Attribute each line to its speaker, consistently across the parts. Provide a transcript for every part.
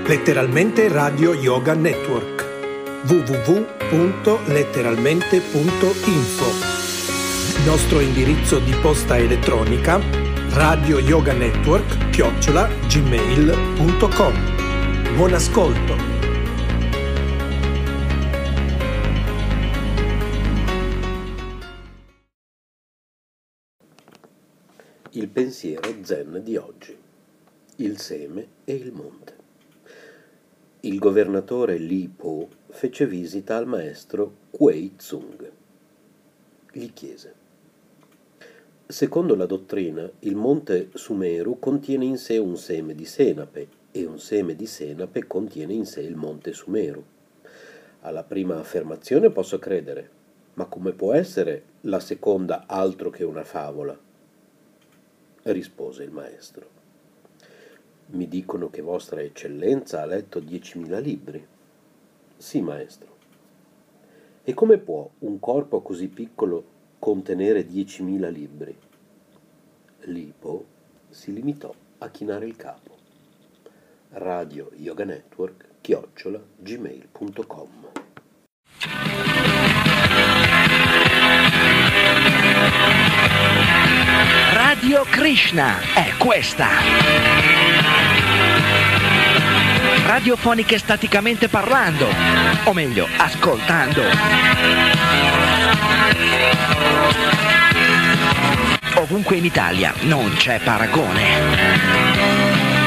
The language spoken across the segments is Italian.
Speaker 1: Letteralmente Radio Yoga Network. www.letteralmente.info. Nostro indirizzo di posta elettronica radioyoganetwork@gmail.com. Buon ascolto.
Speaker 2: Il pensiero zen di oggi. Il seme e il monte. Il governatore Li Po fece visita al maestro Kuei Tsung. Gli chiese: secondo la dottrina, il monte Sumeru contiene in sé un seme di senape e un seme di senape contiene in sé il monte Sumeru. Alla prima affermazione posso credere, ma come può essere la seconda altro che una favola? Rispose il maestro. Mi dicono che vostra eccellenza ha letto 10.000 libri. Sì, maestro. E come può un corpo così piccolo contenere 10.000 libri? Li Po si limitò a chinare il capo. Radio Yoga Network @gmail.com.
Speaker 3: Radio Krishna è questa. Radiofoniche staticamente parlando, o meglio, ascoltando. Ovunque in Italia non c'è paragone.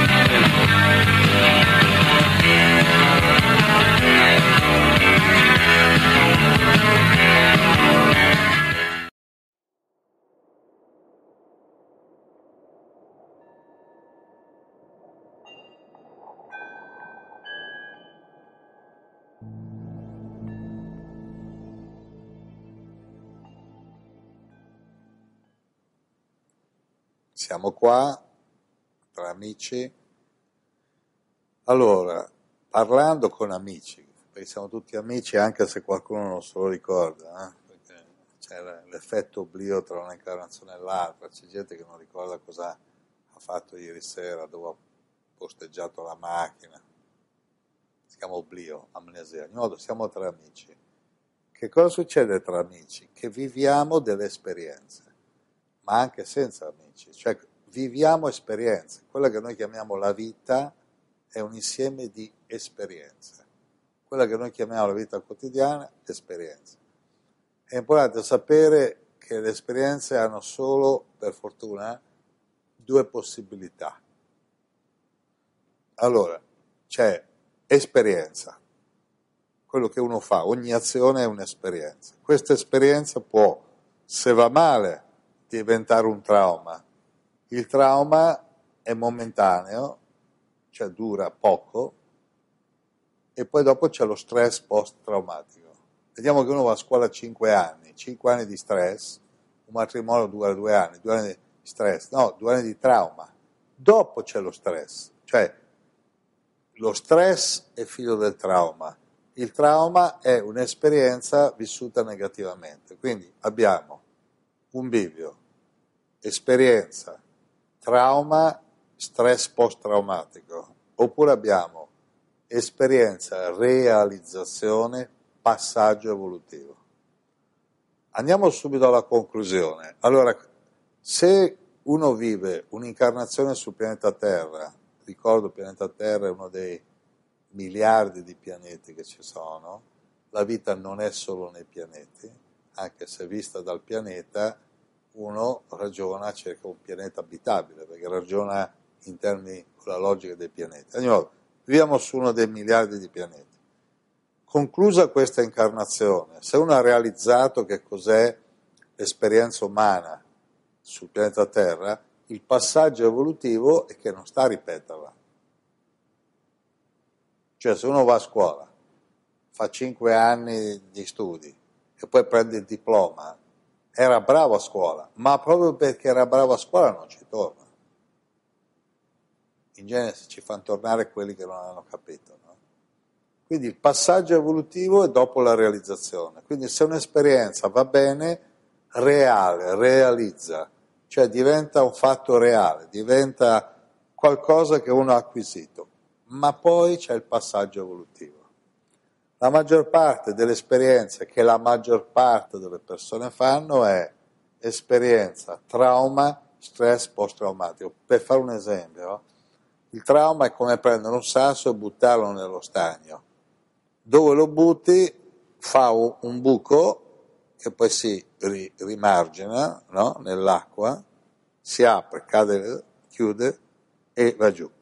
Speaker 4: Siamo qua, tra amici. Allora, parlando con amici, perché siamo tutti amici anche se qualcuno non se lo ricorda, perché c'è l'effetto oblio tra un'incarnazione e l'altra, c'è gente che non ricorda cosa ha fatto ieri sera, dove ha posteggiato la macchina, si chiama oblio, amnesia. In modo, siamo tra amici. Che cosa succede tra amici? Che viviamo delle esperienze, ma anche senza amici, cioè viviamo esperienze. Quella che noi chiamiamo la vita è un insieme di esperienze. Quella che noi chiamiamo la vita quotidiana, esperienze. È importante sapere che le esperienze hanno solo, per fortuna, due possibilità. Allora, c'è esperienza, quello che uno fa, ogni azione è un'esperienza. Questa esperienza può, se va male, diventare un trauma. Il trauma è momentaneo, cioè dura poco, e poi dopo c'è lo stress post-traumatico. Vediamo che uno va a scuola 5 anni di stress, un matrimonio dura 2 anni, 2 anni di stress, no, 2 anni di trauma. Dopo c'è lo stress, cioè lo stress è figlio del trauma. Il trauma è un'esperienza vissuta negativamente. Quindi abbiamo un bivio, esperienza, trauma, stress post-traumatico, oppure abbiamo esperienza, realizzazione, passaggio evolutivo. Andiamo subito alla conclusione. Allora, se uno vive un'incarnazione sul pianeta Terra, ricordo il pianeta Terra è uno dei miliardi di pianeti che ci sono, la vita non è solo nei pianeti, anche se vista dal pianeta uno ragiona circa un pianeta abitabile, perché ragiona in termini con la logica dei pianeti. Allora, viviamo su uno dei miliardi di pianeti. Conclusa questa incarnazione, se uno ha realizzato che cos'è l'esperienza umana sul pianeta Terra, il passaggio evolutivo è che non sta a ripeterla. Cioè, se uno va a scuola, fa 5 anni di studi e poi prende il diploma, era bravo a scuola, ma proprio perché era bravo a scuola non ci torna. In genere ci fanno tornare quelli che non hanno capito, no? Quindi il passaggio evolutivo è dopo la realizzazione. Quindi se un'esperienza va bene, reale, realizza, cioè diventa un fatto reale, diventa qualcosa che uno ha acquisito. ma poi c'è il passaggio evolutivo. La maggior parte delle esperienze che la maggior parte delle persone fanno è esperienza, trauma, stress post-traumatico. Per fare un esempio, il trauma è come prendere un sasso e buttarlo nello stagno. Dove lo butti fa un buco che poi si rimargina, no? Nell'acqua, si apre, cade, chiude e va giù.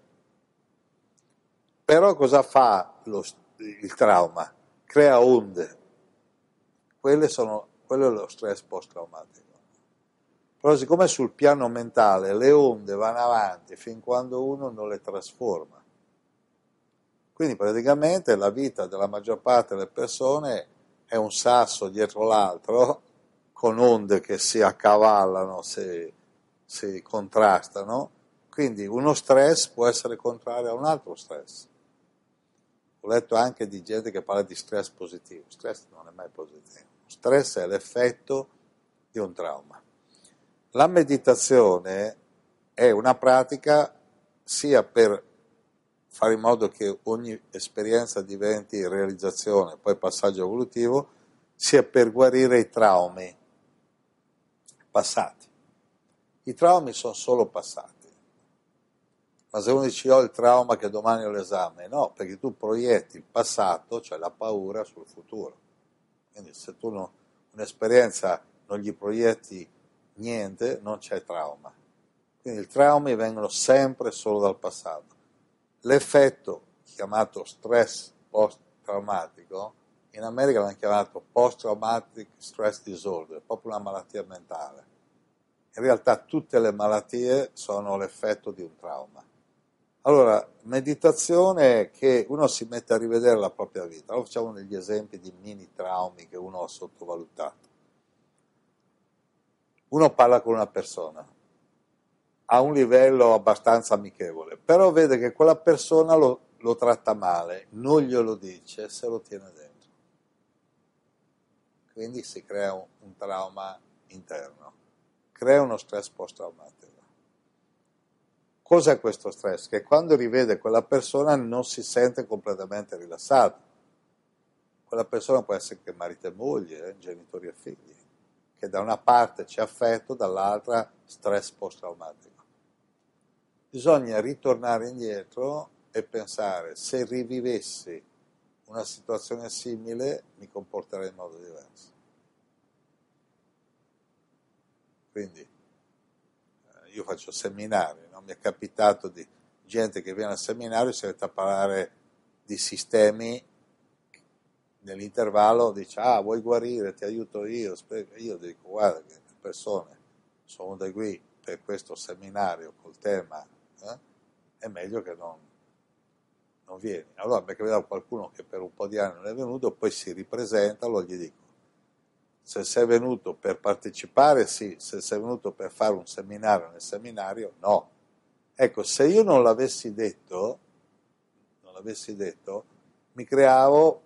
Speaker 4: Però cosa fa il trauma? Crea onde. Quello è lo stress post-traumatico. Però siccome sul piano mentale le onde vanno avanti fin quando uno non le trasforma. Quindi praticamente la vita della maggior parte delle persone è un sasso dietro l'altro, con onde che si accavallano, si contrastano. Quindi uno stress può essere contrario a un altro stress. Ho letto anche di gente che parla di stress positivo. Stress non è mai positivo. Stress è l'effetto di un trauma. La meditazione è una pratica sia per fare in modo che ogni esperienza diventi realizzazione, poi passaggio evolutivo, sia per guarire i traumi passati. I traumi sono solo passati. Ma se uno dice ho il trauma che domani ho l'esame, no, perché tu proietti il passato, cioè la paura, sul futuro. Quindi se tu un'esperienza non gli proietti niente, non c'è trauma. Quindi i traumi vengono sempre solo dal passato. L'effetto chiamato stress post-traumatico, in America l'hanno chiamato post-traumatic stress disorder, proprio una malattia mentale. In realtà tutte le malattie sono l'effetto di un trauma. Allora, meditazione è che uno si mette a rivedere la propria vita. Allora facciamo degli esempi di mini traumi che uno ha sottovalutato. Uno parla con una persona a un livello abbastanza amichevole, però vede che quella persona lo tratta male, non glielo dice, se lo tiene dentro. Quindi si crea un trauma interno, crea uno stress post-traumatico. Cos'è questo stress? Che quando rivede quella persona non si sente completamente rilassato. Quella persona può essere che marito e moglie, genitori e figli, che da una parte c'è affetto, dall'altra stress post-traumatico. Bisogna ritornare indietro e pensare, se rivivessi una situazione simile mi comporterei in modo diverso. Quindi io faccio seminari, no? Mi è capitato di gente che viene al seminario e si mette a parlare di sistemi, nell'intervallo dice vuoi guarire, ti aiuto io. Io dico guarda che le persone sono da qui per questo seminario col tema, è meglio che non vieni. Allora mi è capitato qualcuno che per un po' di anni non è venuto, poi si ripresenta, allora gli dico se sei venuto per partecipare sì, se sei venuto per fare un seminario nel seminario no. Ecco, se io non l'avessi detto mi creavo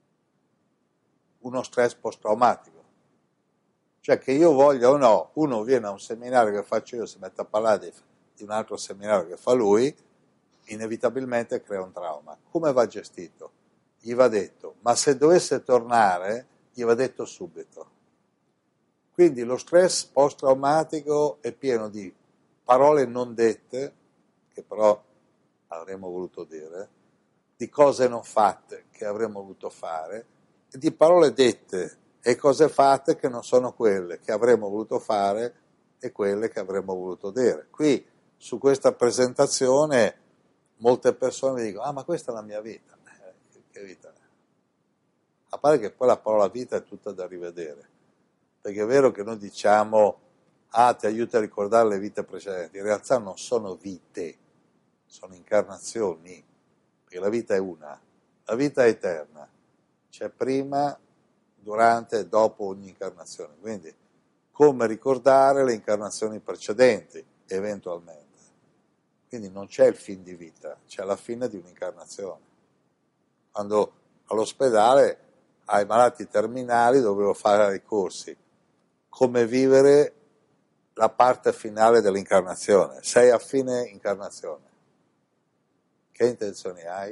Speaker 4: uno stress post-traumatico, cioè che io voglia o no, uno viene a un seminario che faccio io, si mette a parlare di un altro seminario che fa lui, inevitabilmente crea un trauma. Come va gestito? Gli va detto, ma se dovesse tornare, gli va detto subito. Quindi lo stress post-traumatico è pieno di parole non dette, che però avremmo voluto dire, di cose non fatte che avremmo voluto fare, e di parole dette e cose fatte che non sono quelle che avremmo voluto fare e quelle che avremmo voluto dire. Qui, su questa presentazione, molte persone dicono, ma questa è la mia vita. Che vita è? A parte che poi la parola vita è tutta da rivedere, perché è vero che noi diciamo, ti aiuta a ricordare le vite precedenti, in realtà non sono vite, sono incarnazioni, perché la vita è una, la vita è eterna, c'è prima, durante e dopo ogni incarnazione, quindi come ricordare le incarnazioni precedenti, eventualmente. Quindi non c'è il fin di vita, c'è la fine di un'incarnazione. Quando all'ospedale ai malati terminali dovevo fare i corsi, come vivere la parte finale dell'incarnazione, sei a fine incarnazione, Che intenzioni hai?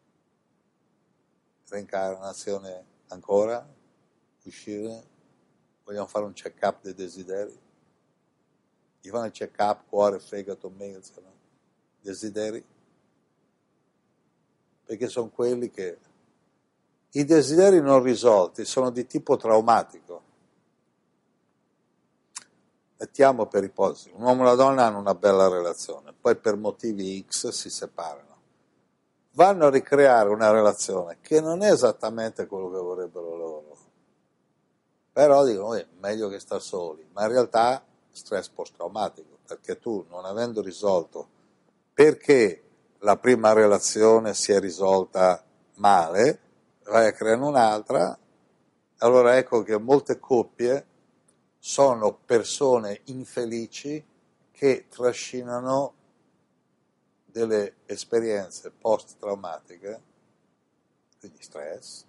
Speaker 4: Reincarnazione ancora? Uscire? Vogliamo fare un check-up dei desideri? Gli fanno il check-up, cuore, fegato, mente, no? Desideri? Perché sono quelli che... I desideri non risolti sono di tipo traumatico. Mettiamo per ipotesi, un uomo e una donna hanno una bella relazione, poi per motivi X si separano. Vanno a ricreare una relazione che non è esattamente quello che vorrebbero loro, però dicono, meglio che star soli, ma in realtà stress post-traumatico, perché tu, non avendo risolto perché la prima relazione si è risolta male, vai a creare un'altra, allora ecco che molte coppie sono persone infelici che trascinano delle esperienze post-traumatiche, quindi stress,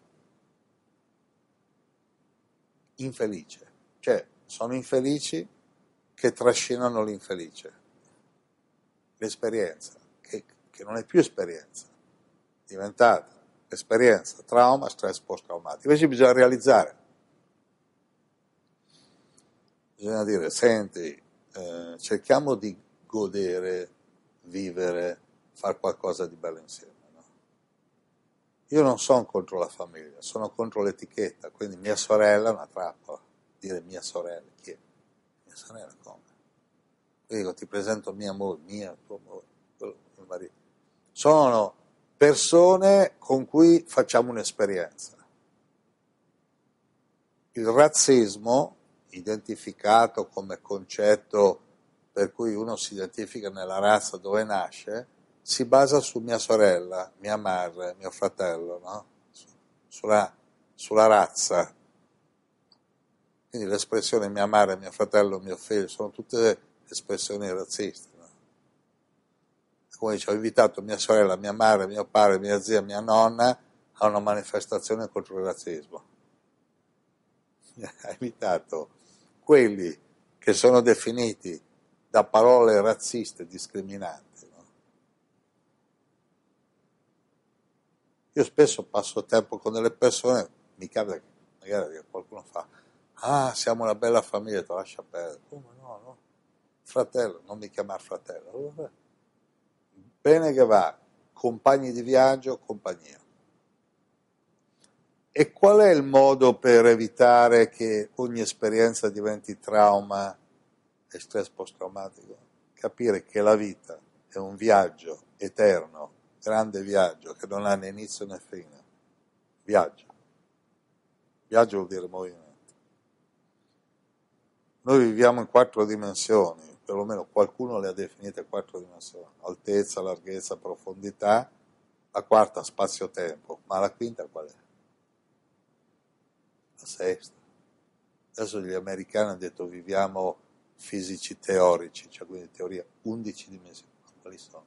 Speaker 4: infelice, cioè sono infelici che trascinano l'infelice, l'esperienza, che non è più esperienza, è diventata esperienza, trauma, stress post-traumatico. Invece bisogna realizzare, bisogna dire, senti, cerchiamo di godere, vivere, fare qualcosa di bello insieme. No? Io non sono contro la famiglia, sono contro l'etichetta, quindi mia sorella è una trappola. Dire mia sorella, chi è? Mia sorella come? Quindi dico, ti presento mia moglie, tuo moglie, mio marito. Sono persone con cui facciamo un'esperienza. Il razzismo, identificato come concetto per cui uno si identifica nella razza dove nasce, si basa su mia sorella, mia madre, mio fratello, no? sulla razza. Quindi l'espressione mia madre, mio fratello, mio figlio, sono tutte espressioni razziste. No? Come dice, ho invitato mia sorella, mia madre, mio padre, mia zia, mia nonna a una manifestazione contro il razzismo. Ha invitato quelli che sono definiti da parole razziste discriminanti. No? Io spesso passo tempo con delle persone, mi capita che magari qualcuno fa, siamo una bella famiglia, te lascia perdere. Come no? Fratello, non mi chiamare fratello. Bene che va, compagni di viaggio, compagnia. E qual è il modo per evitare che ogni esperienza diventi trauma e stress post-traumatico? Capire che la vita è un viaggio eterno, grande viaggio, che non ha né inizio né fine. Viaggio. Viaggio vuol dire movimento. Noi viviamo in 4 dimensioni, perlomeno qualcuno le ha definite 4 dimensioni. Altezza, larghezza, profondità, la quarta spazio-tempo, ma la quinta qual è? La sesta. Adesso gli americani hanno detto viviamo fisici teorici, cioè quindi teoria 11 dimensioni. Quali sono?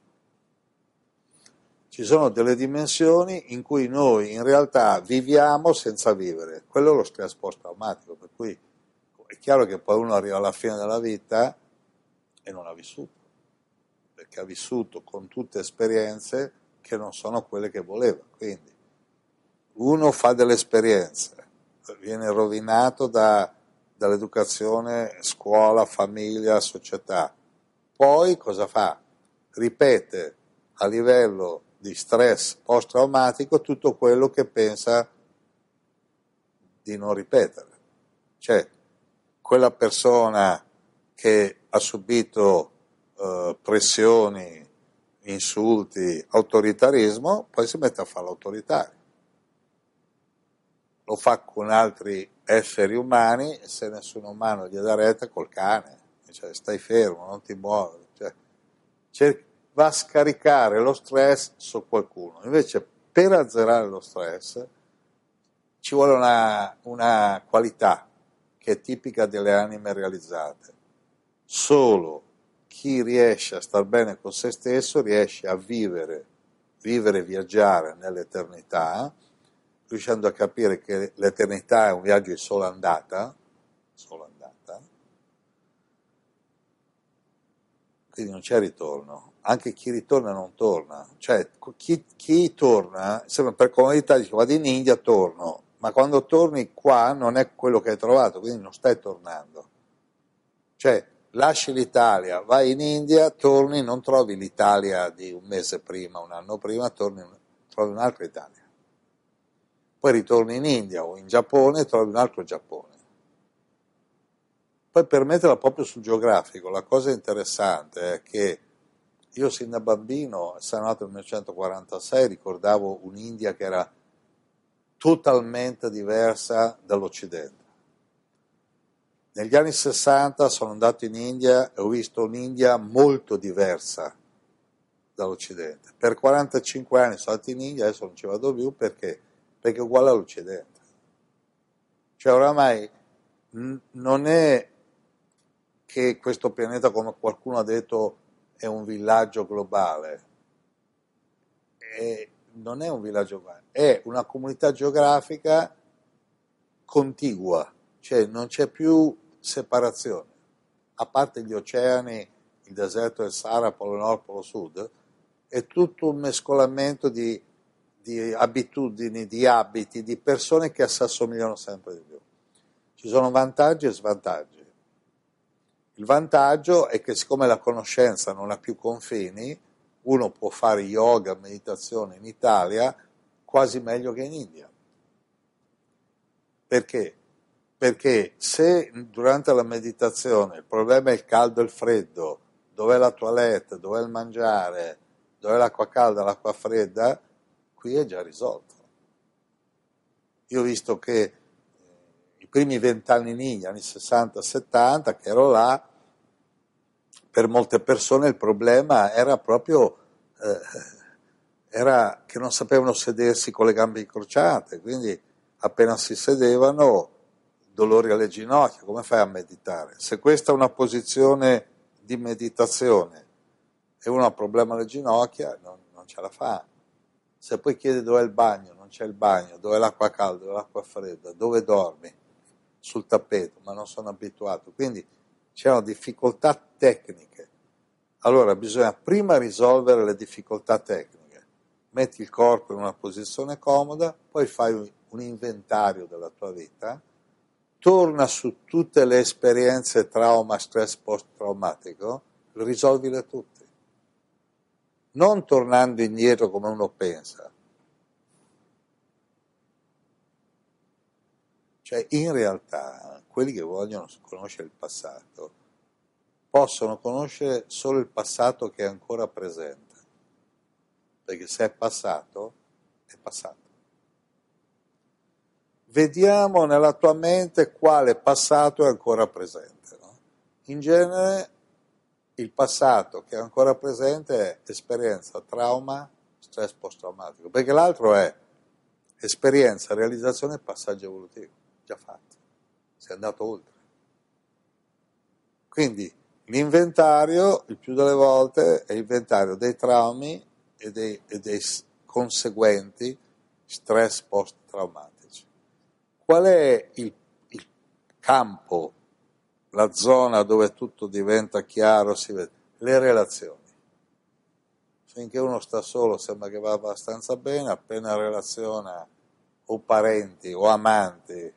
Speaker 4: Ci sono delle dimensioni in cui noi in realtà viviamo senza vivere. Quello è lo stress post-traumatico, per cui è chiaro che poi uno arriva alla fine della vita e non ha vissuto, perché ha vissuto con tutte esperienze che non sono quelle che voleva. Quindi uno fa delle esperienze, viene rovinato dall'educazione, scuola, famiglia, società. Poi cosa fa? Ripete a livello di stress post-traumatico tutto quello che pensa di non ripetere. Cioè, quella persona che ha subito pressioni, insulti, autoritarismo, poi si mette a fare l'autoritario. Lo fa con altri esseri umani e se nessun umano gli dà retta col cane, cioè stai fermo, non ti muovi, cioè, va a scaricare lo stress su qualcuno. Invece per azzerare lo stress ci vuole una qualità che è tipica delle anime realizzate. Solo chi riesce a star bene con se stesso riesce a vivere e viaggiare nell'eternità, riuscendo a capire che l'eternità è un viaggio di sola andata, quindi non c'è ritorno. Anche chi ritorna non torna, cioè chi torna, sembra per comodità, dice vado in India, torno, ma quando torni qua non è quello che hai trovato, quindi non stai tornando. Cioè lasci l'Italia, vai in India, torni, non trovi l'Italia di un mese prima, un anno prima, trovi un'altra Italia. Poi ritorni in India o in Giappone e trovi un altro Giappone. Poi per metterla proprio sul geografico, la cosa interessante è che io sin da bambino, essendo nato nel 1946, ricordavo un'India che era totalmente diversa dall'Occidente. Negli anni 60 sono andato in India e ho visto un'India molto diversa dall'Occidente. Per 45 anni sono andato in India, adesso non ci vado più perché è uguale all'Occidente. Cioè oramai non è che questo pianeta, come qualcuno ha detto, è un villaggio globale. Non è un villaggio globale, è una comunità geografica contigua, cioè non c'è più separazione, a parte gli oceani, il deserto del Sahara, Polo Nord, Polo Sud, è tutto un mescolamento di abitudini, di abiti, di persone che si assomigliano sempre di più. Ci sono vantaggi e svantaggi. Il vantaggio è che siccome la conoscenza non ha più confini, uno può fare yoga, meditazione in Italia quasi meglio che in India. Perché? Perché se durante la meditazione il problema è il caldo e il freddo, dov'è la toilette, dov'è il mangiare, dov'è l'acqua calda, l'acqua fredda, qui è già risolto. Io ho visto che i primi 20 anni in India, anni 60-70, che ero là, per molte persone il problema era proprio era che non sapevano sedersi con le gambe incrociate, quindi appena si sedevano dolori alle ginocchia, come fai a meditare? Se questa è una posizione di meditazione e uno ha problema alle ginocchia, non ce la fa. Se poi chiede dov'è il bagno, non c'è il bagno, dov'è l'acqua calda, dov'è l'acqua fredda, dove dormi? Sul tappeto, ma non sono abituato. Quindi c'erano difficoltà tecniche. Allora bisogna prima risolvere le difficoltà tecniche. Metti il corpo in una posizione comoda, poi fai un inventario della tua vita, torna su tutte le esperienze trauma, stress post-traumatico, risolvile tutte. Non tornando indietro come uno pensa. Cioè, in realtà, quelli che vogliono conoscere il passato possono conoscere solo il passato che è ancora presente. Perché se è passato, è passato. Vediamo nella tua mente quale passato è ancora presente. No? In genere, il passato che è ancora presente è esperienza, trauma, stress post-traumatico, perché l'altro è esperienza, realizzazione e passaggio evolutivo, già fatto, sei andato oltre. Quindi l'inventario, il più delle volte, è l'inventario dei traumi e dei conseguenti stress post-traumatici. Qual è il campo, la zona dove tutto diventa chiaro, si vede? Le relazioni. Finché uno sta solo sembra che va abbastanza bene, appena relaziona o parenti o amanti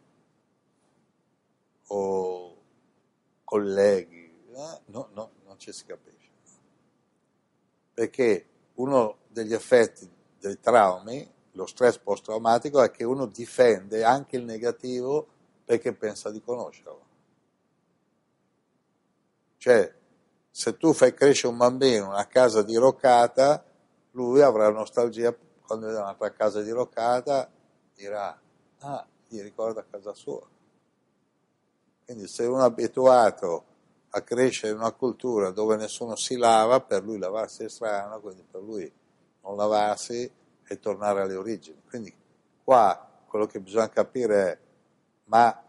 Speaker 4: o colleghi, non ci si capisce. Perché uno degli effetti dei traumi, lo stress post-traumatico, è che uno difende anche il negativo perché pensa di conoscerlo. Cioè, se tu fai crescere un bambino in una casa diroccata, lui avrà nostalgia quando vede un'altra casa diroccata, dirà, gli ricorda casa sua. Quindi se uno è abituato a crescere in una cultura dove nessuno si lava, per lui lavarsi è strano, quindi per lui non lavarsi è tornare alle origini. Quindi qua quello che bisogna capire è, ma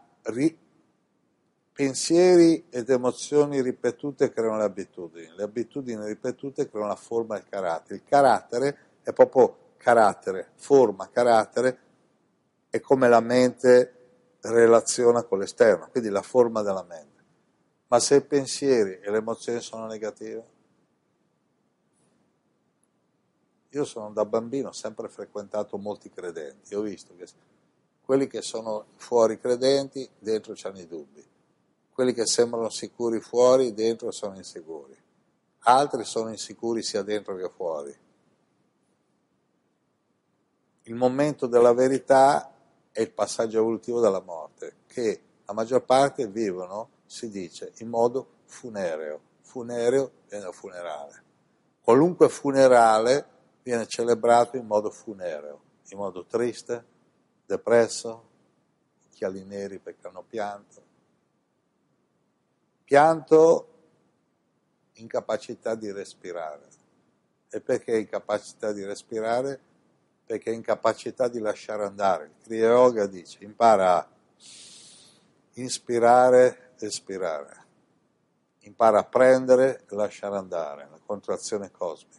Speaker 4: pensieri ed emozioni ripetute creano le abitudini ripetute creano la forma e il carattere. Il carattere è proprio carattere, forma, carattere, è come la mente relaziona con l'esterno, quindi la forma della mente. Ma se i pensieri e le emozioni sono negative, Io sono da bambino, ho sempre frequentato molti credenti, ho visto che quelli che sono fuori credenti, dentro c'hanno i dubbi. Quelli che sembrano sicuri fuori, dentro sono insicuri. Altri sono insicuri sia dentro che fuori. Il momento della verità è il passaggio evolutivo della morte, che la maggior parte vivono, si dice, in modo funereo. Funereo viene da funerale. Qualunque funerale viene celebrato in modo funereo, in modo triste, depresso, occhiali neri perché hanno pianto. Pianto, incapacità di respirare. E perché incapacità di respirare? Perché incapacità di lasciare andare. Il Kriya Yoga dice, impara a inspirare, espirare. Impara a prendere e lasciare andare, la contrazione cosmica.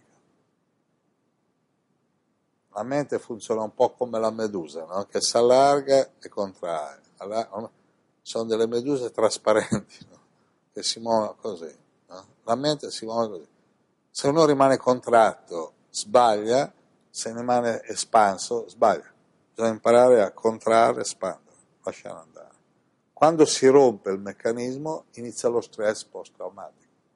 Speaker 4: La mente funziona un po' come la medusa, no? Che si allarga e contrae. Sono delle meduse trasparenti, no? Che si muovono così. No? La mente si muove così. Se uno rimane contratto, sbaglia, se rimane espanso, sbaglia. Bisogna imparare a contrarre, espandere, lasciare andare. Quando si rompe il meccanismo, inizia lo stress post-traumatico.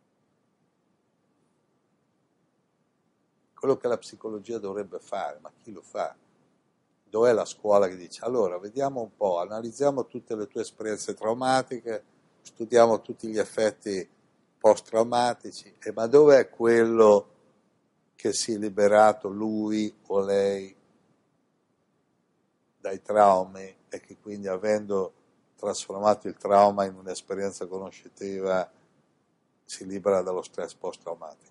Speaker 4: Quello che la psicologia dovrebbe fare, ma chi lo fa? Dov'è la scuola che dice, allora, vediamo un po', analizziamo tutte le tue esperienze traumatiche, studiamo tutti gli effetti post-traumatici, ma dov'è quello che si è liberato lui o lei dai traumi e che quindi, avendo trasformato il trauma in un'esperienza conoscitiva, si libera dallo stress post-traumatico?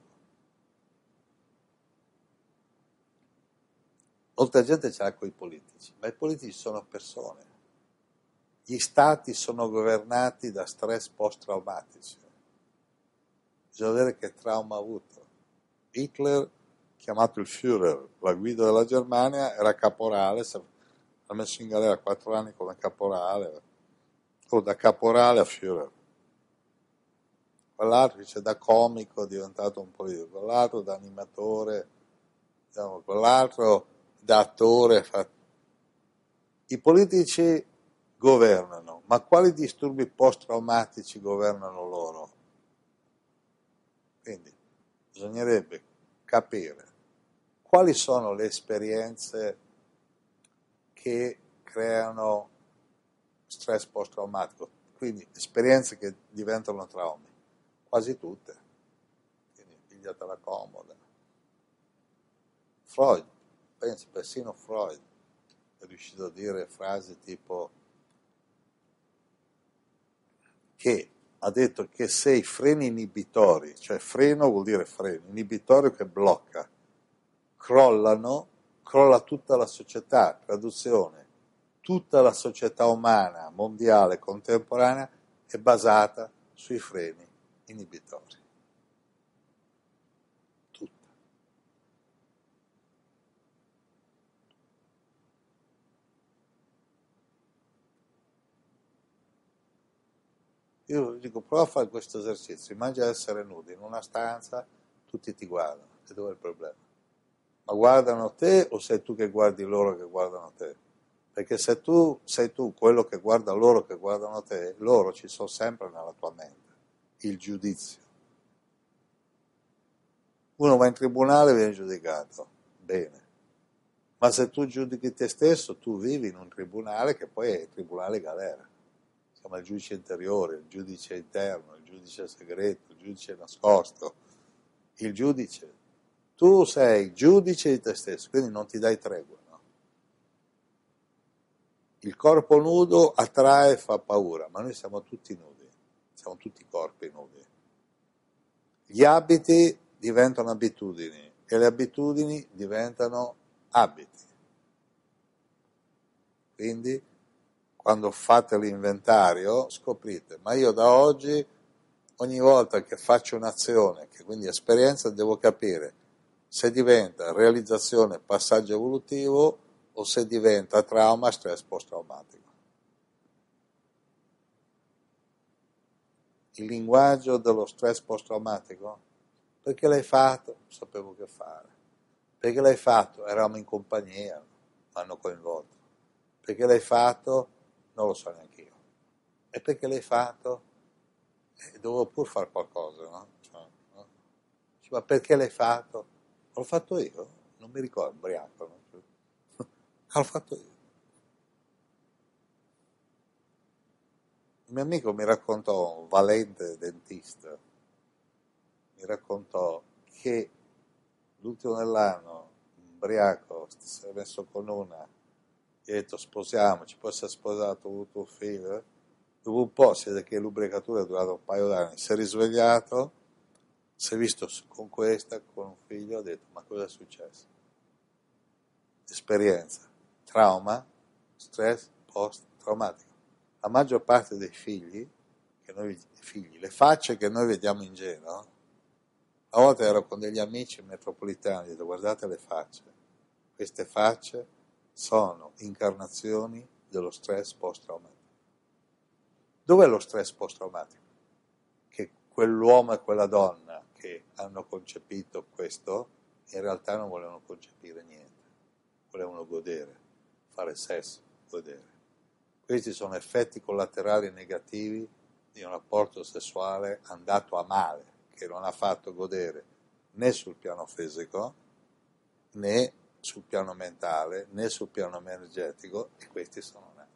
Speaker 4: Molta gente ce l'ha con i politici, ma i politici sono persone. Gli stati sono governati da stress post-traumatici. Bisogna vedere che trauma ha avuto. Hitler, chiamato il Führer, la guida della Germania, era caporale, ha messo in galera 4 anni come caporale, o da caporale a Führer. Quell'altro dice da comico è diventato un politico, quell'altro da animatore, diciamo, quell'altro da attore. I politici governano, ma quali disturbi post-traumatici governano loro? Quindi bisognerebbe capire quali sono le esperienze che creano stress post-traumatico, quindi esperienze che diventano traumi, quasi tutte, quindi pigliatela comoda. Freud, pensi, persino Freud è riuscito a dire frasi tipo che ha detto che se i freni inibitori, cioè freno vuol dire freno, inibitorio che blocca, crollano, crolla tutta la società. Traduzione: tutta la società umana, mondiale, contemporanea è basata sui freni inibitori. Tutta. Io dico, prova a fare questo esercizio, immagina essere nudi in una stanza, tutti ti guardano, e dove è il problema? Ma guardano te o sei tu che guardi loro che guardano te? Perché se tu sei tu quello che guarda loro che guardano te, loro ci sono sempre nella tua mente, il giudizio. Uno va in tribunale e viene giudicato, bene, ma se tu giudichi te stesso, tu vivi in un tribunale che poi è il tribunale galera. Si chiama il giudice interiore, il giudice interno, il giudice segreto, il giudice nascosto, il giudice. Tu sei giudice di te stesso, quindi non ti dai tregua. No? Il corpo nudo attrae e fa paura, ma noi siamo tutti nudi, siamo tutti corpi nudi. Gli abiti diventano abitudini e le abitudini diventano abiti. Quindi, quando fate l'inventario, scoprite, ma io da oggi, ogni volta che faccio un'azione, che quindi esperienza, devo capire se diventa realizzazione, passaggio evolutivo o se diventa trauma, stress post-traumatico. Il linguaggio dello stress post-traumatico? Perché l'hai fatto? Non sapevo che fare. Perché l'hai fatto? Eravamo in compagnia, mi hanno coinvolto. Perché l'hai fatto? Non lo so neanche io. E perché l'hai fatto? Dovevo pur fare qualcosa, no? Cioè, no? Ma perché l'hai fatto? L'ho fatto io? Non mi ricordo, ubriaco. No? L'ho fatto io. Un mio amico mi raccontò, un valente dentista, mi raccontò che l'ultimo dell'anno, ubriaco, si è messo con una, gli ha detto sposiamoci, poi si è sposato, ha avuto un figlio, dopo un po', si vede che l'ubriacatura è durata un paio d'anni, si è risvegliato, si è visto con questa, con un figlio, ha detto ma cosa è successo? Esperienza, trauma, stress post-traumatico. La maggior parte dei figli, le facce che noi vediamo in giro, a volte ero con degli amici metropolitani, ho detto guardate le facce, queste facce sono incarnazioni dello stress post-traumatico. Dov'è lo stress post-traumatico? Che quell'uomo e quella donna che hanno concepito questo, in realtà non volevano concepire niente, volevano godere, fare sesso, godere. Questi sono effetti collaterali negativi di un rapporto sessuale andato a male, che non ha fatto godere né sul piano fisico, né sul piano mentale, né sul piano energetico, e questi sono nati.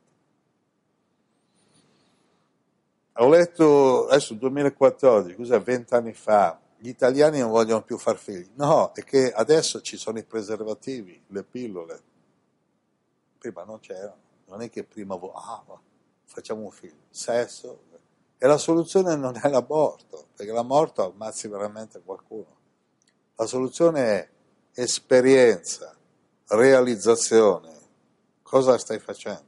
Speaker 4: Ho letto, adesso 2014, cos'è, 20 anni fa, gli italiani non vogliono più far figli. No, è che adesso ci sono i preservativi, le pillole. Prima non c'erano. Non è che prima facciamo un figlio. Sesso. E la soluzione non è l'aborto, perché l'aborto ammazzi veramente qualcuno. La soluzione è esperienza, realizzazione. Cosa stai facendo?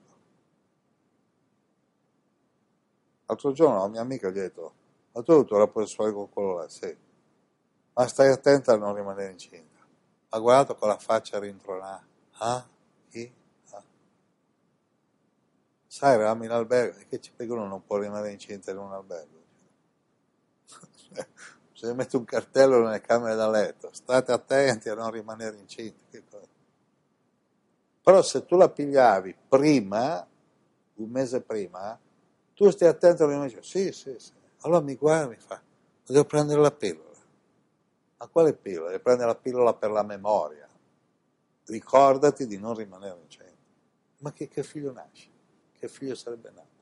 Speaker 4: L'altro giorno la mia amica gli ha detto, ma tu hai avuto rapporto sessuale con quello là? Sì. Ma stai attenta a non rimanere incinta. Ha guardato con la faccia rintronata. Ah? Chi? Ah. Sai, eravamo in albergo, e che ci perché uno non può rimanere incinta in un albergo? Se mette un cartello nelle camere da letto, state attenti a non rimanere incinti. Però se tu la pigliavi prima, un mese prima, tu stai attento a non rimanere incinta. Sì. Allora mi guarda e mi fa, devo prendere la pillola. Ma quale pillola? Devi prendere la pillola per la memoria. Ricordati di non rimanere incinta. Ma che figlio nasce? Che figlio sarebbe nato?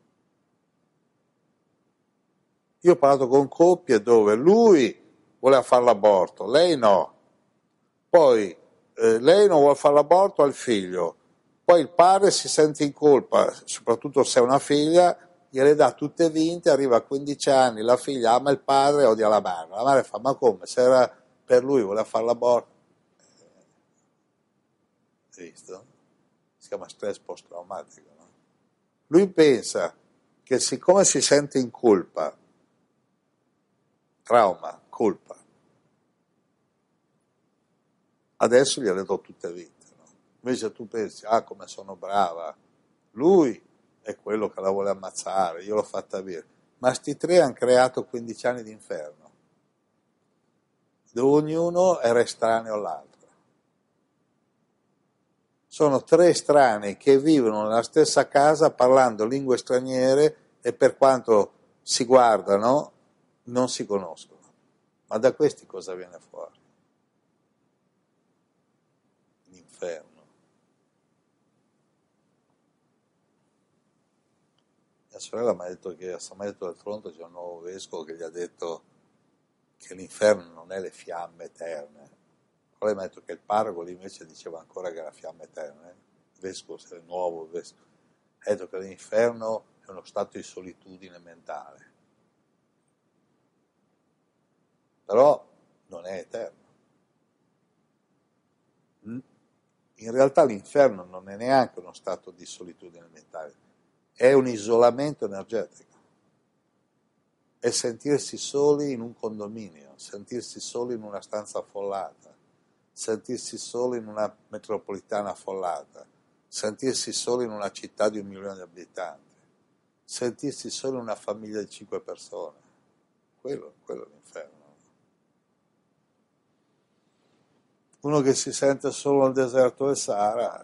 Speaker 4: Io ho parlato con coppie dove lui voleva fare l'aborto, lei no. Poi lei non vuole fare l'aborto al figlio. Poi il padre si sente in colpa, soprattutto se è una figlia, gliele dà tutte vinte, arriva a 15 anni, la figlia ama il padre e odia la madre. La madre fa, ma come? Se era per lui, voleva fare l'aborto. Hai visto? Si chiama stress post-traumatico. No? Lui pensa che siccome si sente in colpa, trauma, colpa, adesso gliele do tutte vinte. No? Invece tu pensi, come sono brava, lui è quello che la vuole ammazzare, io l'ho fatta via. Ma sti tre hanno creato 15 anni di inferno, dove ognuno era estraneo all'altro. Sono tre estranei che vivono nella stessa casa parlando lingue straniere e per quanto si guardano non si conoscono. Ma da questi cosa viene fuori? L'inferno. Mia sorella mi ha detto che a San Marino del Tronto c'è un nuovo vescovo che gli ha detto che l'inferno non è le fiamme eterne. Poi mi ha detto che il parroco lì invece diceva ancora che è la fiamma eterna. Il vescovo, se è nuovo, il vescovo. Ha detto che l'inferno è uno stato di solitudine mentale. Però non è eterno. In realtà l'inferno non è neanche uno stato di solitudine mentale, è un isolamento energetico. È sentirsi soli in un condominio, sentirsi soli in una stanza affollata, sentirsi soli in una metropolitana affollata, sentirsi soli in una città di 1 milione di abitanti, sentirsi soli in una famiglia di 5 persone. Quello è l'inferno. Uno che si sente solo nel deserto del Sahara,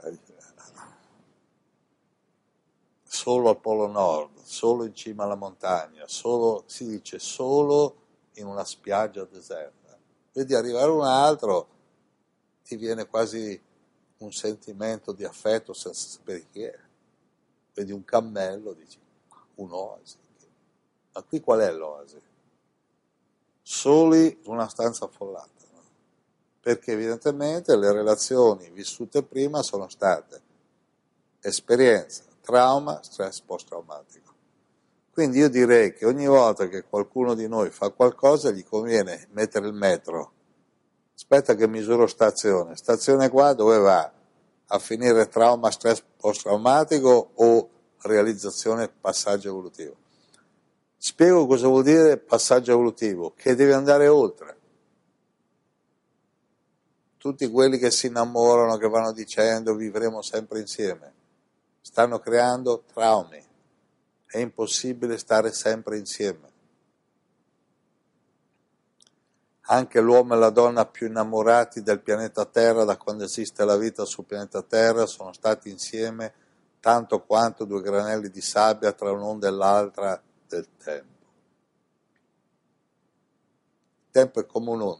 Speaker 4: solo al Polo Nord, solo in cima alla montagna, solo, si dice solo in una spiaggia deserta. Vedi arrivare un altro, ti viene quasi un sentimento di affetto senza sapere chi è. Vedi un cammello, dici, un'oasi. Ma qui qual è l'oasi? Soli in una stanza affollata, no? Perché evidentemente le relazioni vissute prima sono state esperienza, trauma, stress post-traumatico. Quindi io direi che ogni volta che qualcuno di noi fa qualcosa gli conviene mettere il metro. Aspetta che misuro stazione. Stazione qua dove va? A finire trauma, stress post-traumatico o realizzazione, passaggio evolutivo? Spiego cosa vuol dire passaggio evolutivo, che deve andare oltre. Tutti quelli che si innamorano, che vanno dicendo vivremo sempre insieme, stanno creando traumi. È impossibile stare sempre insieme. Anche l'uomo e la donna più innamorati del pianeta Terra da quando esiste la vita sul pianeta Terra sono stati insieme tanto quanto due granelli di sabbia tra un'onda e l'altra del tempo. Il tempo è come un'onda.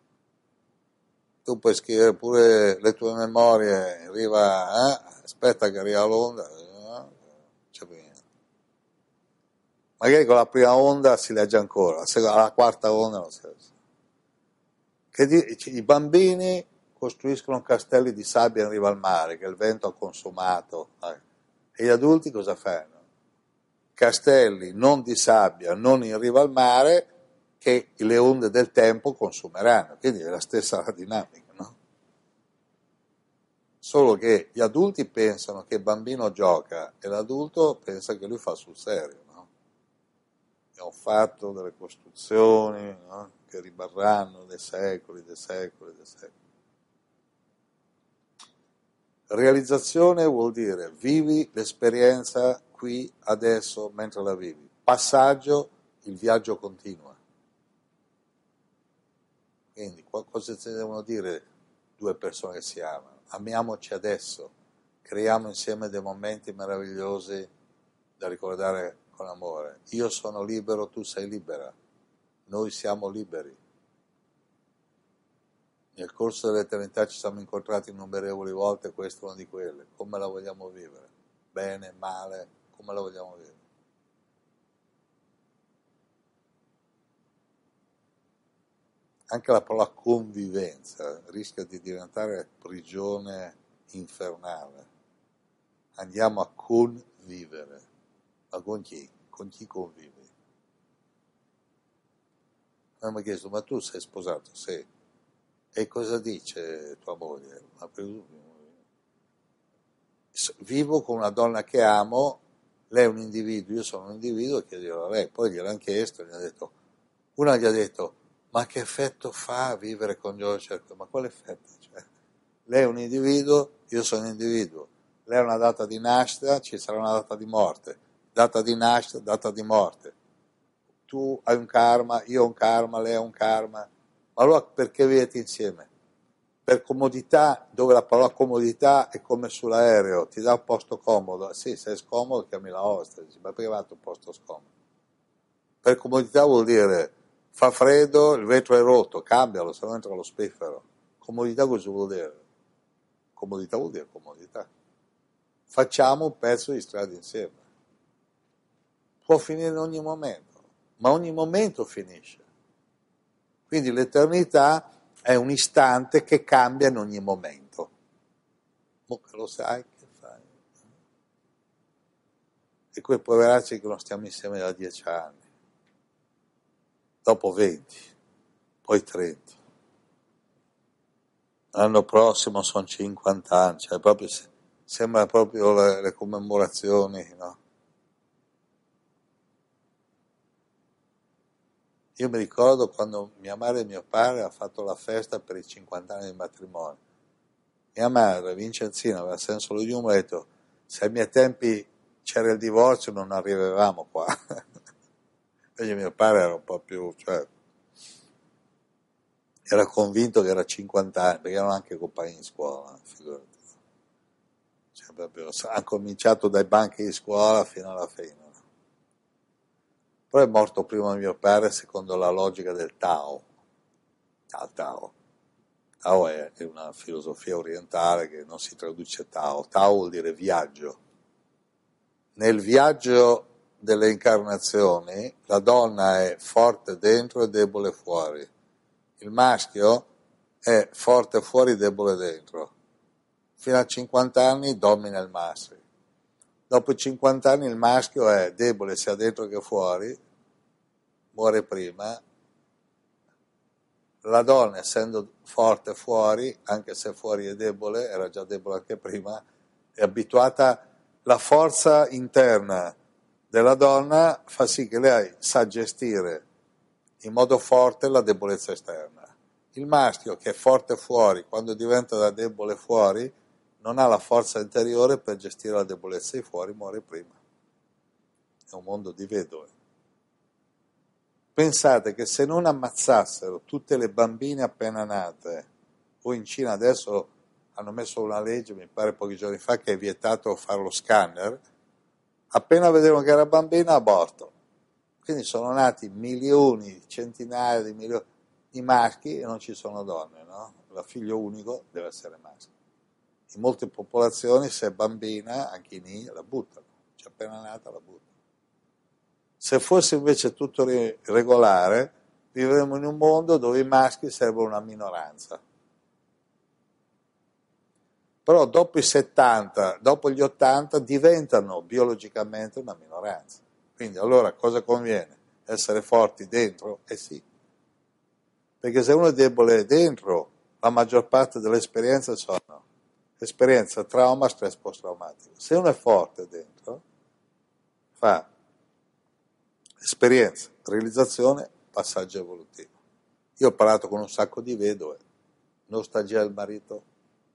Speaker 4: Tu puoi scrivere pure le tue memorie, arriva, aspetta che arriva l'onda, c'è più niente. Magari con la prima onda si legge ancora, alla quarta onda non si legge. I bambini costruiscono castelli di sabbia in riva al mare, che il vento ha consumato, e gli adulti cosa fanno? Castelli non di sabbia, non in riva al mare, che le onde del tempo consumeranno, quindi è la stessa dinamica, no? Solo che gli adulti pensano che il bambino gioca e l'adulto pensa che lui fa sul serio, no? Abbiamo fatto delle costruzioni, no? Che rimarranno dei secoli, dei secoli, dei secoli. Realizzazione vuol dire vivi l'esperienza qui, adesso, mentre la vivi. Passaggio, il viaggio continua. Quindi cosa ci devono dire due persone che si amano? Amiamoci adesso, creiamo insieme dei momenti meravigliosi da ricordare con amore. Io sono libero, tu sei libera, noi siamo liberi. Nel corso dell'eternità ci siamo incontrati innumerevoli volte, questa è una di quelle. Come la vogliamo vivere? Bene, male, come la vogliamo vivere? Anche la parola convivenza rischia di diventare prigione infernale. Andiamo a convivere. Ma con chi? Con chi convivi? Mi hanno chiesto, ma tu sei sposato? Sì. E cosa dice tua moglie? Vivo con una donna che amo, lei è un individuo, io sono un individuo e chiedo a lei. Poi gliel'hanno chiesto, una gli ha detto, ma che effetto fa vivere con Giorgio? Ma quale effetto? Cioè, lei è un individuo, io sono un individuo. Lei ha una data di nascita, ci sarà una data di morte. Data di nascita, data di morte. Tu hai un karma, io ho un karma, lei ha un karma. Ma allora perché vivete insieme? Per comodità, dove la parola comodità è come sull'aereo, ti dà un posto comodo. Sì, se è scomodo chiami la hosta, dici, ma perché va un posto scomodo? Per comodità vuol dire fa freddo, il vetro è rotto, cambialo, se no entra lo spiffero. Comodità cosa vuol dire? Comodità vuol dire comodità. Facciamo un pezzo di strada insieme. Può finire in ogni momento, ma ogni momento finisce. Quindi l'eternità è un istante che cambia in ogni momento. Ma che lo sai, che fai? E quei poveracci che non stiamo insieme da 10 anni. Dopo 20, poi 30. L'anno prossimo sono 50 anni, cioè proprio, sembra proprio le commemorazioni, no? Io mi ricordo quando mia madre e mio padre hanno fatto la festa per i 50 anni di matrimonio. Mia madre, Vincenzina, aveva senso di umore, ha detto, se ai miei tempi c'era il divorzio non arrivavamo qua. Invece mio padre era un po' più, cioè, era convinto che era 50 anni, perché erano anche compagni di scuola, figurati. Cioè, proprio, ha cominciato dai banchi di scuola fino alla fine. Però è morto prima mio padre secondo la logica del Tao. Tao. Tao è una filosofia orientale che non si traduce Tao. Tao vuol dire viaggio. Nel viaggio delle incarnazioni la donna è forte dentro e debole fuori. Il maschio è forte fuori e debole dentro. Fino a 50 anni domina il maschio. Dopo i 50 anni il maschio è debole sia dentro che fuori, muore prima. La donna, essendo forte fuori, anche se fuori è debole, era già debole anche prima, è abituata, la forza interna della donna fa sì che lei sa gestire in modo forte la debolezza esterna. Il maschio, che è forte fuori, quando diventa da debole fuori, non ha la forza interiore per gestire la debolezza di fuori, muore prima. È un mondo di vedove. Pensate che se non ammazzassero tutte le bambine appena nate, o in Cina adesso hanno messo una legge, mi pare pochi giorni fa, che è vietato fare lo scanner, appena vedevano che era bambina, aborto. Quindi sono nati milioni, centinaia di milioni di maschi e non ci sono donne, no? Il figlio unico deve essere maschio. In molte popolazioni, se è bambina, anche in India, la buttano, cioè appena nata la buttano. Se fosse invece tutto regolare, vivremmo in un mondo dove i maschi sarebbero una minoranza. Però dopo i 70, dopo gli 80, diventano biologicamente una minoranza. Quindi allora cosa conviene? Essere forti dentro? Eh sì. Perché se uno è debole dentro, la maggior parte delle esperienze sono esperienza, trauma, stress post-traumatico. Se uno è forte dentro, fa esperienza, realizzazione, passaggio evolutivo. Io ho parlato con un sacco di vedove, nostalgia del marito.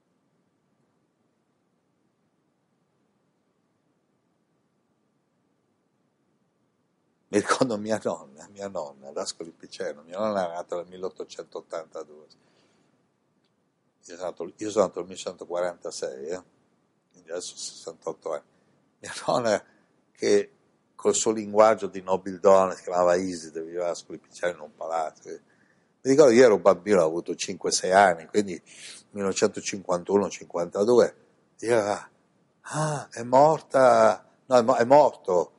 Speaker 4: Mi ricordo mia nonna, d'Ascoli Piceno, mia nonna è nata nel 1882. Io sono nato nel 1946, quindi adesso ho 68 anni. Mia nonna, che col suo linguaggio di nobildonna, si chiamava Iside, viveva a Ascoli Piceno in un palazzo. Mi ricordo, io ero un bambino, ho avuto 5-6 anni, quindi 1951-52, diceva, è morta, no, è morto,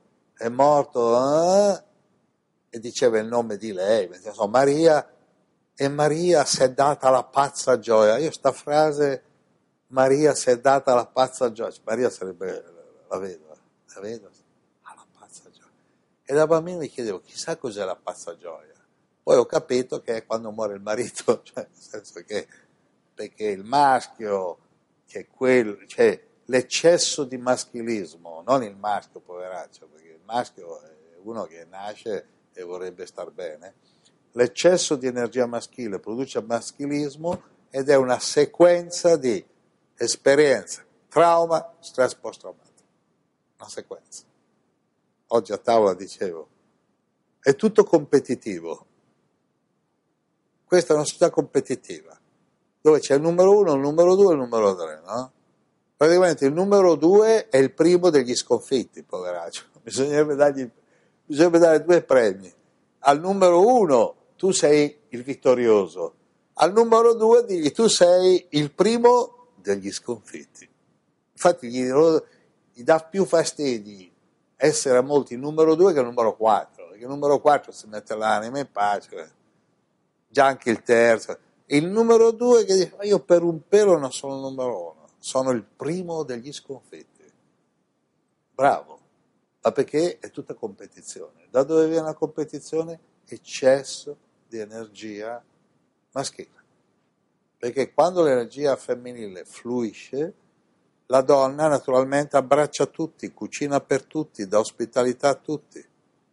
Speaker 4: e diceva il nome di lei, insomma, Maria, e Maria si è data la pazza gioia. Io sta frase, Maria si è data la pazza gioia, Maria sarebbe la vedova, la pazza gioia. E da bambino mi chiedevo, chissà cos'è la pazza gioia. Poi ho capito che è quando muore il marito, cioè nel senso che, perché il maschio, che è quello, cioè l'eccesso di maschilismo, non il maschio poveraccio, perché il maschio è uno che nasce e vorrebbe star bene, l'eccesso di energia maschile produce maschilismo ed è una sequenza di esperienze, trauma, stress post-traumatico, una sequenza. Oggi a tavola dicevo, è tutto competitivo, questa è una società competitiva, dove c'è il numero 1, il numero 2 e il numero 3, no? Praticamente il numero 2 è il primo degli sconfitti, poveraccio. Bisognerebbe dare 2 premi. Al numero 1 tu sei il vittorioso, al numero 2 digli tu sei il primo degli sconfitti. Infatti gli dà più fastidi essere a molti il numero 2 che il numero 4, perché il numero 4 si mette l'anima in pace, già anche il terzo. E il numero 2 che dice, ma io per un pelo non sono il numero 1. Sono il primo degli sconfitti. Bravo, ma perché è tutta competizione. Da dove viene la competizione? Eccesso di energia maschile. Perché quando l'energia femminile fluisce, la donna naturalmente abbraccia tutti, cucina per tutti, dà ospitalità a tutti.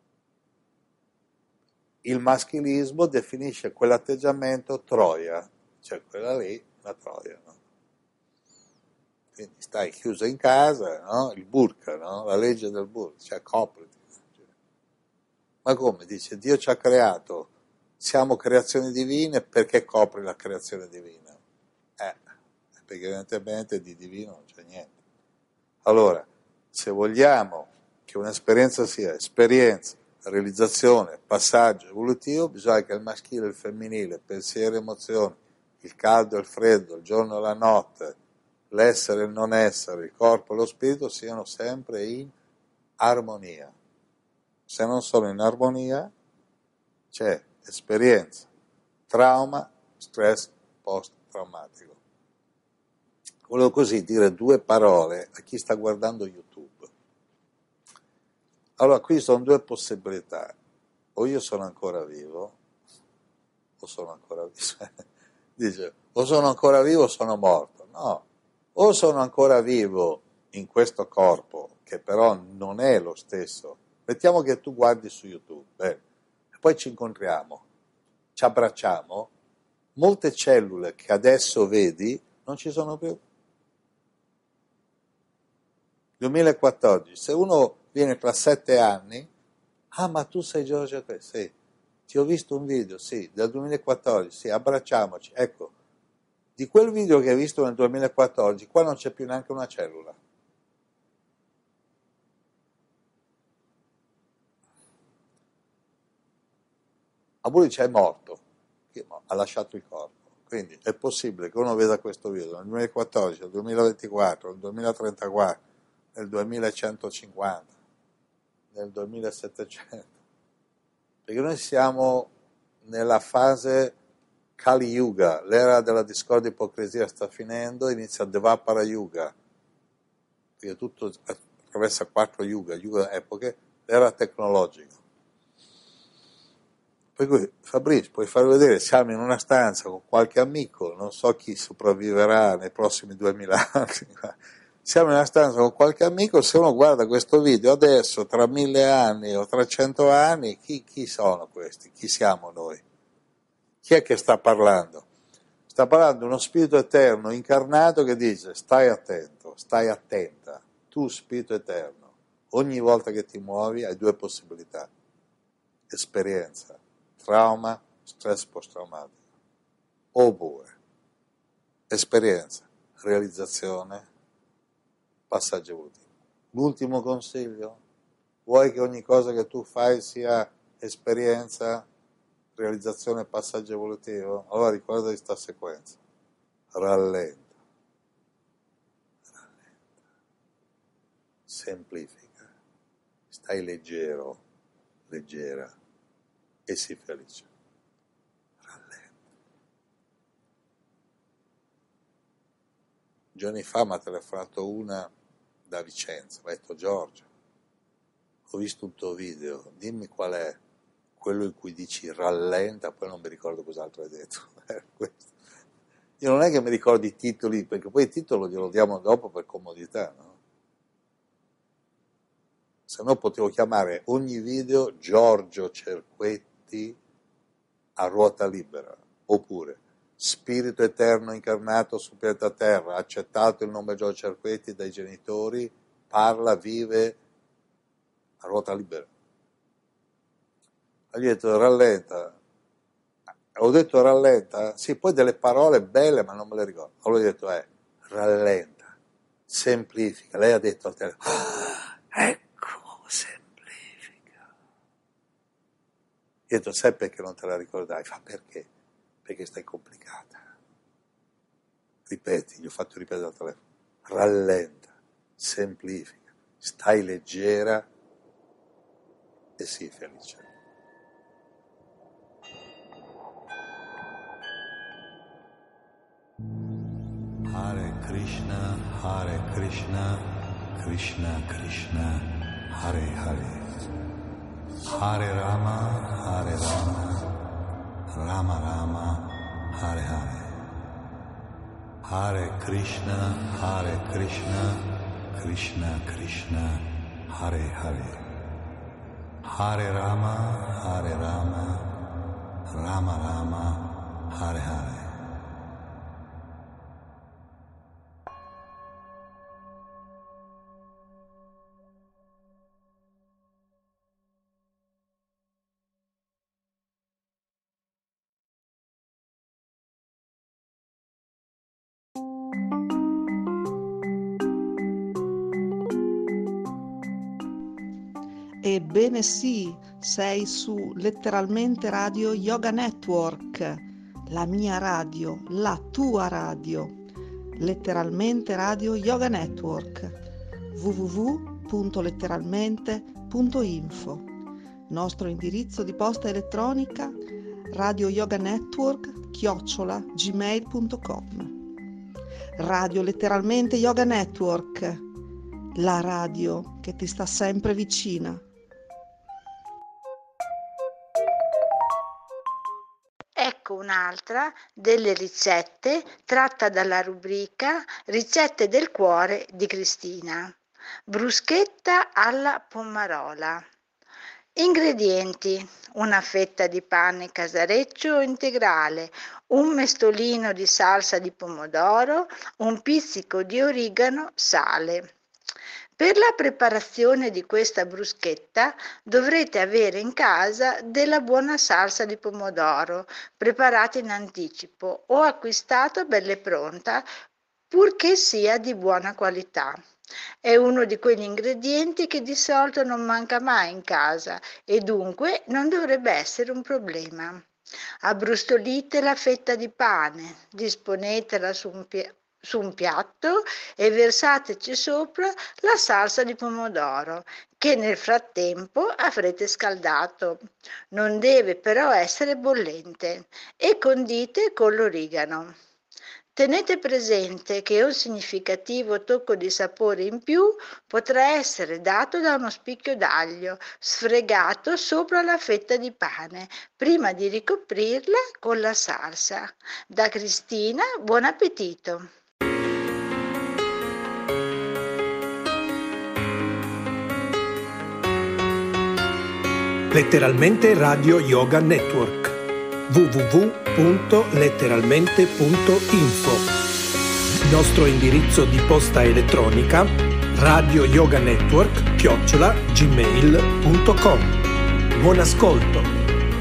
Speaker 4: Il maschilismo definisce quell'atteggiamento troia, cioè quella lì, la troia, no? Quindi stai chiuso in casa, no? Il burka, no? La legge del burka, cioè copriti. Ma come? Dice, Dio ci ha creato siamo creazioni divine, perché copri la creazione divina? Perché evidentemente di divino non c'è niente. Allora, se vogliamo che un'esperienza sia esperienza, realizzazione, passaggio evolutivo, bisogna che il maschile e il femminile, pensiero e emozioni, il caldo e il freddo, il giorno e la notte, l'essere e il non essere, il corpo e lo spirito siano sempre in armonia. Se non sono in armonia, c'è esperienza, trauma, stress post-traumatico. Volevo così dire due parole a chi sta guardando YouTube. Allora, qui sono due possibilità. O io sono ancora vivo, o sono ancora vivo. Dice, o sono ancora vivo o sono morto. No, o sono ancora vivo in questo corpo, che però non è lo stesso. Mettiamo che tu guardi su YouTube, e poi ci incontriamo, ci abbracciamo, molte cellule che adesso vedi non ci sono più. 2014, se uno viene tra 7 anni, ma tu sei Giorgio, sì, ti ho visto un video, sì, del 2014, sì, abbracciamoci, ecco, di quel video che hai visto nel 2014, qua non c'è più neanche una cellula. Abulic è morto, ha lasciato il corpo, quindi è possibile che uno veda questo video nel 2014, nel 2024, nel 2034, nel 2150, nel 2700, perché noi siamo nella fase Kali Yuga, l'era della discordia e ipocrisia sta finendo, inizia Dvapara Yuga, perché tutto attraversa 4 yuga epoche, l'era tecnologica. Per cui Fabrizio, puoi far vedere, siamo in una stanza con qualche amico, non so chi sopravviverà nei prossimi 2000 anni, siamo in una stanza con qualche amico, se uno guarda questo video adesso, tra 1000 anni o tra 100 anni, chi sono questi? Chi siamo noi? Chi è che sta parlando? Sta parlando uno spirito eterno incarnato che dice stai attento, stai attenta, tu spirito eterno, ogni volta che ti muovi hai due possibilità, esperienza, trauma, stress post-traumatico, oppure esperienza, realizzazione, passaggio evolutivo. L'ultimo consiglio, vuoi che ogni cosa che tu fai sia esperienza, realizzazione e passaggio evolutivo? Allora ricorda di sta sequenza, rallenta, semplifica, stai leggero, leggera e sii felice. Giorni fa mi ha telefonato una da Vicenza, mi ha detto Giorgio, ho visto un tuo video, dimmi qual è quello in cui dici rallenta, poi non mi ricordo cos'altro hai detto. Io non è che mi ricordo i titoli, perché poi il titolo glielo diamo dopo per comodità, no? Se no potevo chiamare ogni video Giorgio Cerquetti a ruota libera, oppure Spirito eterno incarnato su pianeta Terra, accettato il nome Giorgio Cerquetti dai genitori, parla, vive a ruota libera. Gli ho detto rallenta, ho detto rallenta, sì, poi delle parole belle ma non me le ricordo. Allora gli ho detto rallenta, semplifica. Lei ha detto al telefono, ecco, semplifica. Gli ho detto, sai perché non te la ricordai? Fa perché? Perché stai complicata. Ripeti, gli ho fatto ripetere al telefono, rallenta, semplifica, stai leggera e sii felice.
Speaker 5: Hare Krishna, Krishna Krishna, Hare Hare, Hare Rama, Rama Rama, Hare Hare, Hare Krishna, Krishna Krishna, Hare Hare, Hare Rama, Rama Rama, Hare Hare.
Speaker 6: Ebbene sì, sei su Letteralmente Radio Yoga Network, la mia radio, la tua radio. Letteralmente Radio Yoga Network, www.letteralmente.info. Nostro indirizzo di posta elettronica radioyoganetwork@gmail.com. Radio Letteralmente Yoga Network, la radio che ti sta sempre vicina.
Speaker 7: Ecco un'altra delle ricette tratta dalla rubrica Ricette del cuore di Cristina. Bruschetta alla pomarola. Ingredienti: una fetta di pane casareccio o integrale, un mestolino di salsa di pomodoro, un pizzico di origano, sale. Per la preparazione di questa bruschetta dovrete avere in casa della buona salsa di pomodoro preparata in anticipo o acquistata belle pronta, purché sia di buona qualità. È uno di quegli ingredienti che di solito non manca mai in casa e dunque non dovrebbe essere un problema. Abbrustolite la fetta di pane, disponetela su un piatto e versateci sopra la salsa di pomodoro che nel frattempo avrete scaldato. Non deve però essere bollente e condite con l'origano. Tenete presente che un significativo tocco di sapore in più potrà essere dato da uno spicchio d'aglio sfregato sopra la fetta di pane prima di ricoprirla con la salsa. Da Cristina, buon appetito!
Speaker 1: Letteralmente Radio Yoga Network, www.letteralmente.info. Nostro indirizzo di posta elettronica radioyoganetwork@gmail.com. Buon ascolto.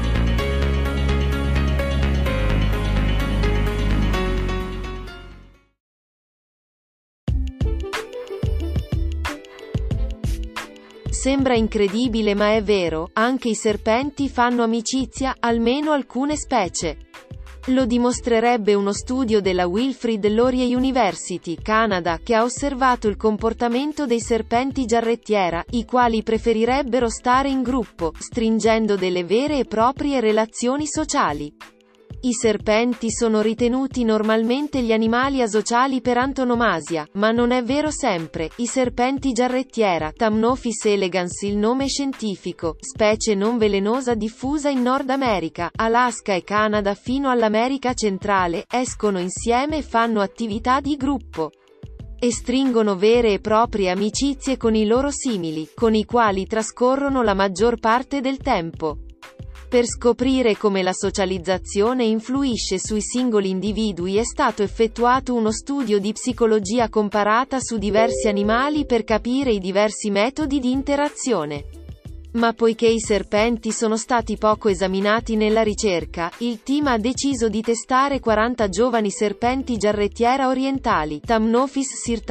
Speaker 8: Sembra incredibile ma è vero, anche i serpenti fanno amicizia, almeno alcune specie. Lo dimostrerebbe uno studio della Wilfrid Laurier University, Canada, che ha osservato il comportamento dei serpenti giarrettiera, i quali preferirebbero stare in gruppo, stringendo delle vere e proprie relazioni sociali. I serpenti sono ritenuti normalmente gli animali asociali per antonomasia, ma non è vero sempre. I serpenti giarrettiera, Thamnophis elegans il nome scientifico, specie non velenosa diffusa in Nord America, Alaska e Canada fino all'America centrale, escono insieme e fanno attività di gruppo. E stringono vere e proprie amicizie con i loro simili, con i quali trascorrono la maggior parte del tempo. Per scoprire come la socializzazione influisce sui singoli individui è stato effettuato uno studio di psicologia comparata su diversi animali per capire i diversi metodi di interazione. Ma poiché i serpenti sono stati poco esaminati nella ricerca, il team ha deciso di testare 40 giovani serpenti giarrettiera orientali, Thamnophis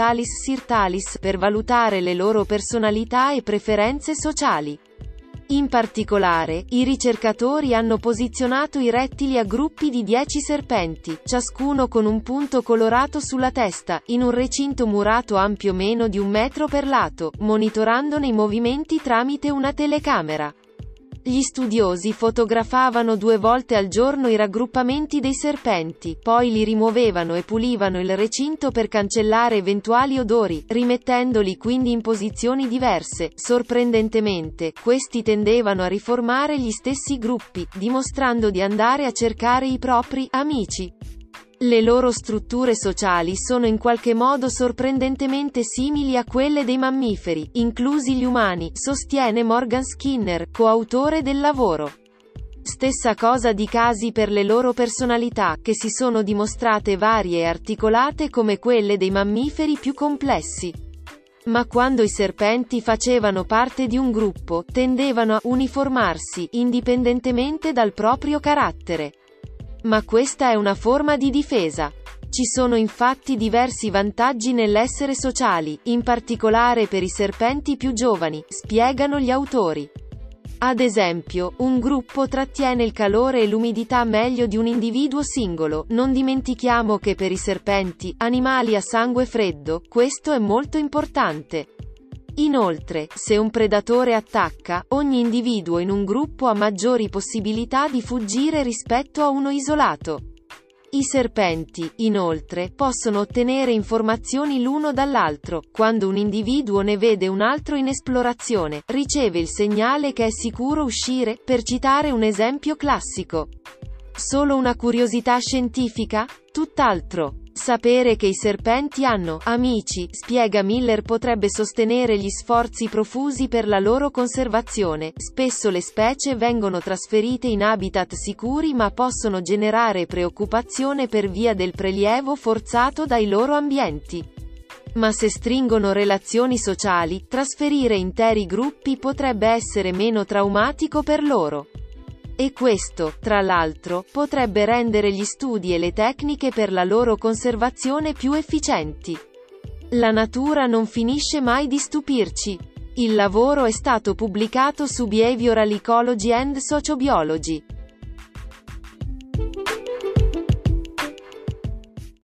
Speaker 8: sirtalis, per valutare le loro personalità e preferenze sociali. In particolare, i ricercatori hanno posizionato i rettili a gruppi di 10 serpenti, ciascuno con un punto colorato sulla testa, in un recinto murato ampio meno di 1 metro per lato, monitorandone i movimenti tramite una telecamera. Gli studiosi fotografavano 2 volte al giorno i raggruppamenti dei serpenti, poi li rimuovevano e pulivano il recinto per cancellare eventuali odori, rimettendoli quindi in posizioni diverse. Sorprendentemente, questi tendevano a riformare gli stessi gruppi, dimostrando di andare a cercare i propri amici. Le loro strutture sociali sono in qualche modo sorprendentemente simili a quelle dei mammiferi, inclusi gli umani, sostiene Morgan Skinner, coautore del lavoro. Stessa cosa dicasi per le loro personalità, che si sono dimostrate varie e articolate come quelle dei mammiferi più complessi. Ma quando i serpenti facevano parte di un gruppo, tendevano a uniformarsi, indipendentemente dal proprio carattere. Ma questa è una forma di difesa. Ci sono infatti diversi vantaggi nell'essere sociali, in particolare per i serpenti più giovani, spiegano gli autori. Ad esempio, un gruppo trattiene il calore e l'umidità meglio di un individuo singolo. Non dimentichiamo che per i serpenti, animali a sangue freddo, questo è molto importante. Inoltre, se un predatore attacca, ogni individuo in un gruppo ha maggiori possibilità di fuggire rispetto a uno isolato. I serpenti, inoltre, possono ottenere informazioni l'uno dall'altro. Quando un individuo ne vede un altro in esplorazione, riceve il segnale che è sicuro uscire, per citare un esempio classico. Solo una curiosità scientifica? Tutt'altro. Sapere che i serpenti hanno amici, spiega Miller, potrebbe sostenere gli sforzi profusi per la loro conservazione. Spesso le specie vengono trasferite in habitat sicuri ma possono generare preoccupazione per via del prelievo forzato dai loro ambienti. Ma se stringono relazioni sociali, trasferire interi gruppi potrebbe essere meno traumatico per loro. E questo, tra l'altro, potrebbe rendere gli studi e le tecniche per la loro conservazione più efficienti. La natura non finisce mai di stupirci. Il lavoro è stato pubblicato su Behavioral Ecology and Sociobiology.